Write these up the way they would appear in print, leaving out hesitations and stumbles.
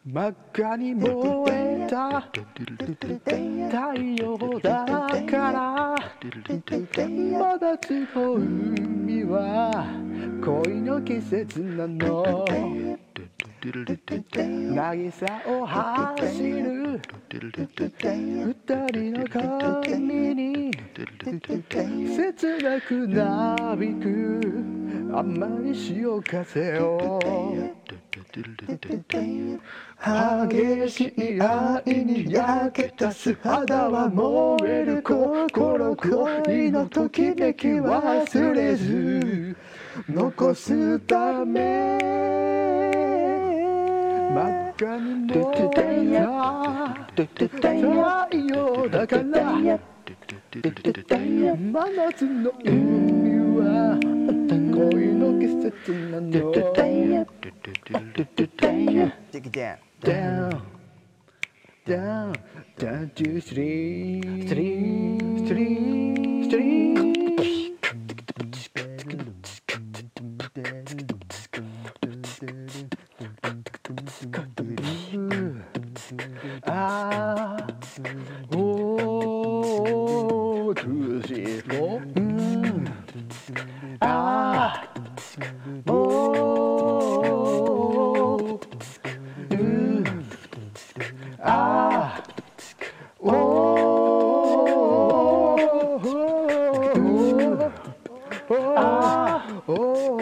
真っ赤に燃えた太陽だから真夏の海は恋の季節なの。渚を走る二人の髪に切なくなびく甘い潮風を激しい愛に焼けた素肌は燃える心恋のときめき忘れず残すため真っ赤に燃えた太陽だから真夏の海は恋の季節なの。 Take it down. Down, down, down to three, three, three, three. ああ、おー、two, three, four. ああ、おー。あおあお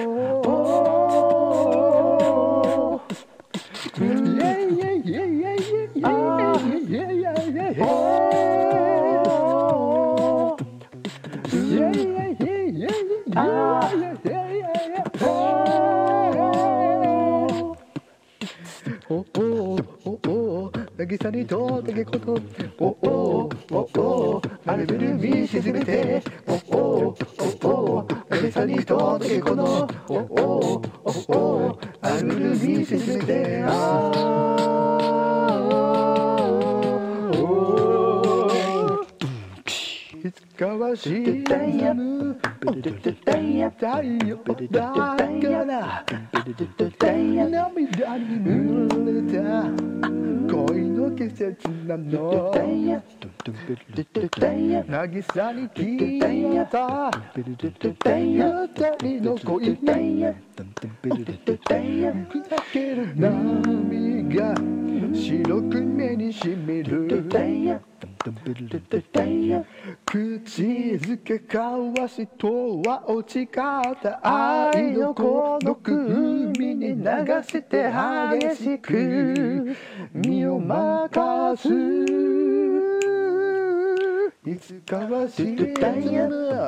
渚にとってけことおおおおあれブルーミー沈めておおおお渚にとってけこのおおおおあれブルーミー沈めてあおいつかは沈む太陽だから涙に濡れた恋の季節なの。渚に消えた二人の恋砕ける波が白く目にしみる口づけ交わしとは落ち方愛の孤独海に流せて激しく身を任すいつかは沈む太陽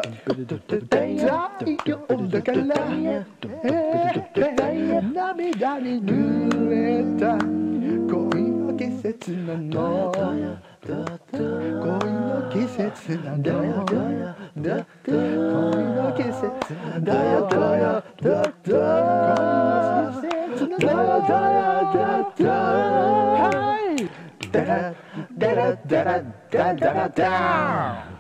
だから涙に濡れた恋の季節なの恋の季節なんだよ恋の季節なんだよ恋の季節なんだよダラダラダラダラダラダラ